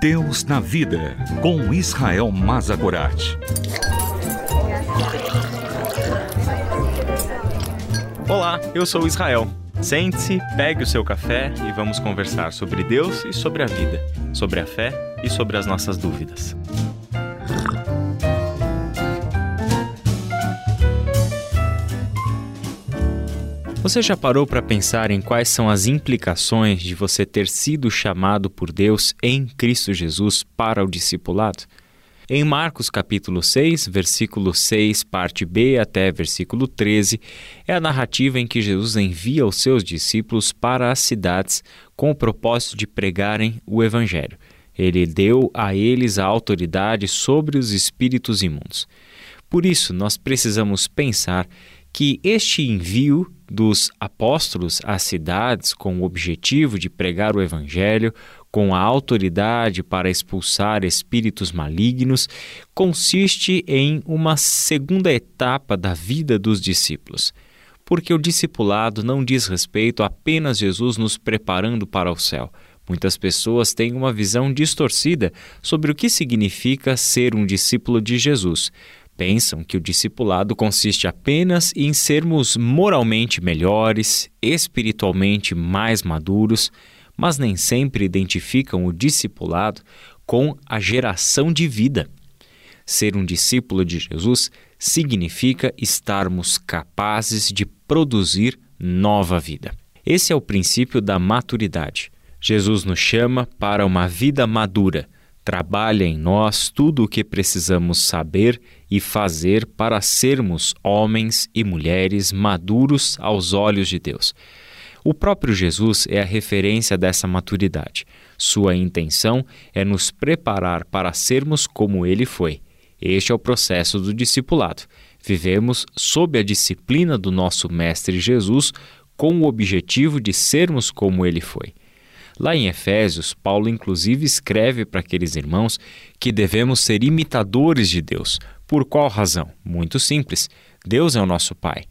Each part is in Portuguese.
Deus na Vida, com Israel Mazagorat. Olá, eu sou o Israel. Sente-se, pegue o seu café e vamos conversar sobre Deus e sobre a vida, sobre a fé e sobre as nossas dúvidas. Você já parou para pensar em quais são as implicações de você ter sido chamado por Deus em Cristo Jesus para o discipulado? Em Marcos capítulo 6, versículo 6, parte B até versículo 13, é a narrativa em que Jesus envia os seus discípulos para as cidades com o propósito de pregarem o Evangelho. Ele deu a eles a autoridade sobre os espíritos imundos. Por isso, nós precisamos pensar que este envio dos apóstolos às cidades com o objetivo de pregar o Evangelho, com a autoridade para expulsar espíritos malignos, consiste em uma segunda etapa da vida dos discípulos. Porque o discipulado não diz respeito a apenas Jesus nos preparando para o céu. Muitas pessoas têm uma visão distorcida sobre o que significa ser um discípulo de Jesus. Pensam que o discipulado consiste apenas em sermos moralmente melhores, espiritualmente mais maduros, mas nem sempre identificam o discipulado com a geração de vida. Ser um discípulo de Jesus significa estarmos capazes de produzir nova vida. Esse é o princípio da maturidade. Jesus nos chama para uma vida madura. Trabalha em nós tudo o que precisamos saber e fazer para sermos homens e mulheres maduros aos olhos de Deus. O próprio Jesus é a referência dessa maturidade. Sua intenção é nos preparar para sermos como Ele foi. Este é o processo do discipulado. Vivemos sob a disciplina do nosso Mestre Jesus com o objetivo de sermos como Ele foi. Lá em Efésios, Paulo inclusive escreve para aqueles irmãos que devemos ser imitadores de Deus. Por qual razão? Muito simples. Deus é o nosso Pai.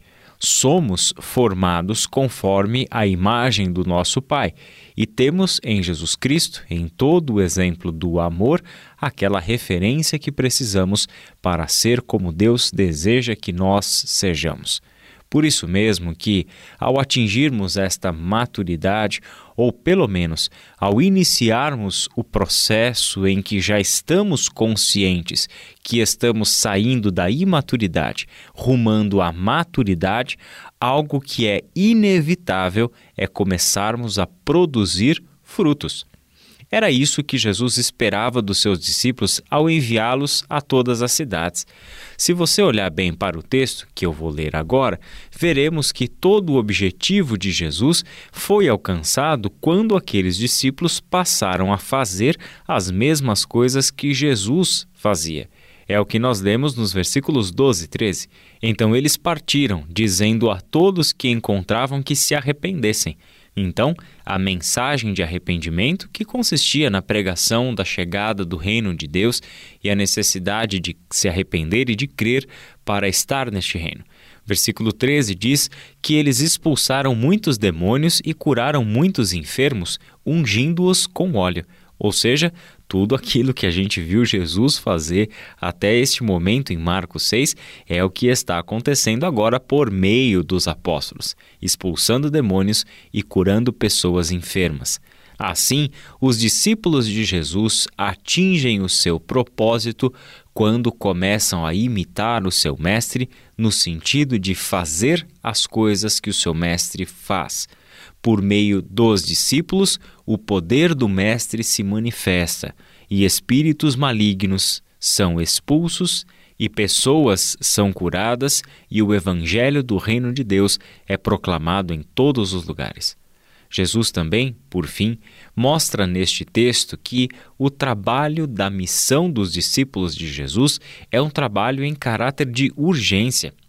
Somos formados conforme a imagem do nosso Pai e temos em Jesus Cristo, em todo o exemplo do amor, aquela referência que precisamos para ser como Deus deseja que nós sejamos. Por isso mesmo que, ao atingirmos esta maturidade, ou pelo menos ao iniciarmos o processo em que já estamos conscientes que estamos saindo da imaturidade, rumando à maturidade, algo que é inevitável é começarmos a produzir frutos. Era isso que Jesus esperava dos seus discípulos ao enviá-los a todas as cidades. Se você olhar bem para o texto, que eu vou ler agora, veremos que todo o objetivo de Jesus foi alcançado quando aqueles discípulos passaram a fazer as mesmas coisas que Jesus fazia. É o que nós lemos nos versículos 12 e 13. Então eles partiram, dizendo a todos que encontravam que se arrependessem. Então, a mensagem de arrependimento, que consistia na pregação da chegada do reino de Deus e a necessidade de se arrepender e de crer para estar neste reino. Versículo 13 diz que eles expulsaram muitos demônios e curaram muitos enfermos, ungindo-os com óleo. Ou seja, tudo aquilo que a gente viu Jesus fazer até este momento em Marcos 6 é o que está acontecendo agora por meio dos apóstolos, expulsando demônios e curando pessoas enfermas. Assim, os discípulos de Jesus atingem o seu propósito quando começam a imitar o seu mestre no sentido de fazer as coisas que o seu mestre faz. Por meio dos discípulos, o poder do Mestre se manifesta e espíritos malignos são expulsos e pessoas são curadas e o Evangelho do Reino de Deus é proclamado em todos os lugares. Jesus também, por fim, mostra neste texto que o trabalho da missão dos discípulos de Jesus é um trabalho em caráter de urgência.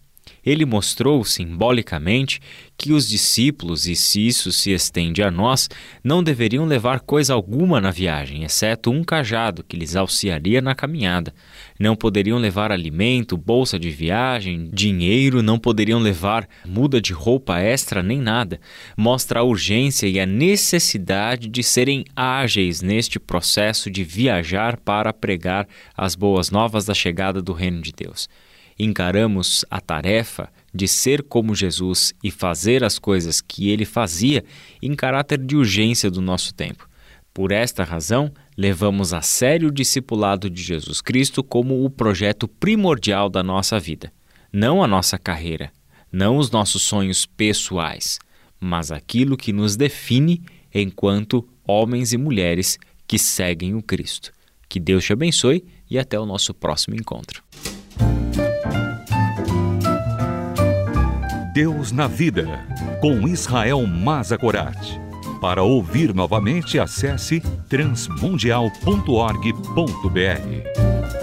Ele mostrou, simbolicamente, que os discípulos, e se isso se estende a nós, não deveriam levar coisa alguma na viagem, exceto um cajado que lhes auxiliaria na caminhada. Não poderiam levar alimento, bolsa de viagem, dinheiro, não poderiam levar muda de roupa extra nem nada. Mostra a urgência e a necessidade de serem ágeis neste processo de viajar para pregar as boas novas da chegada do reino de Deus. Encaramos a tarefa de ser como Jesus e fazer as coisas que ele fazia em caráter de urgência do nosso tempo. Por esta razão, levamos a sério o discipulado de Jesus Cristo como o projeto primordial da nossa vida. Não a nossa carreira, não os nossos sonhos pessoais, mas aquilo que nos define enquanto homens e mulheres que seguem o Cristo. Que Deus te abençoe e até o nosso próximo encontro. Deus na Vida, com Israel Mazakorati. Para ouvir novamente, acesse transmundial.org.br.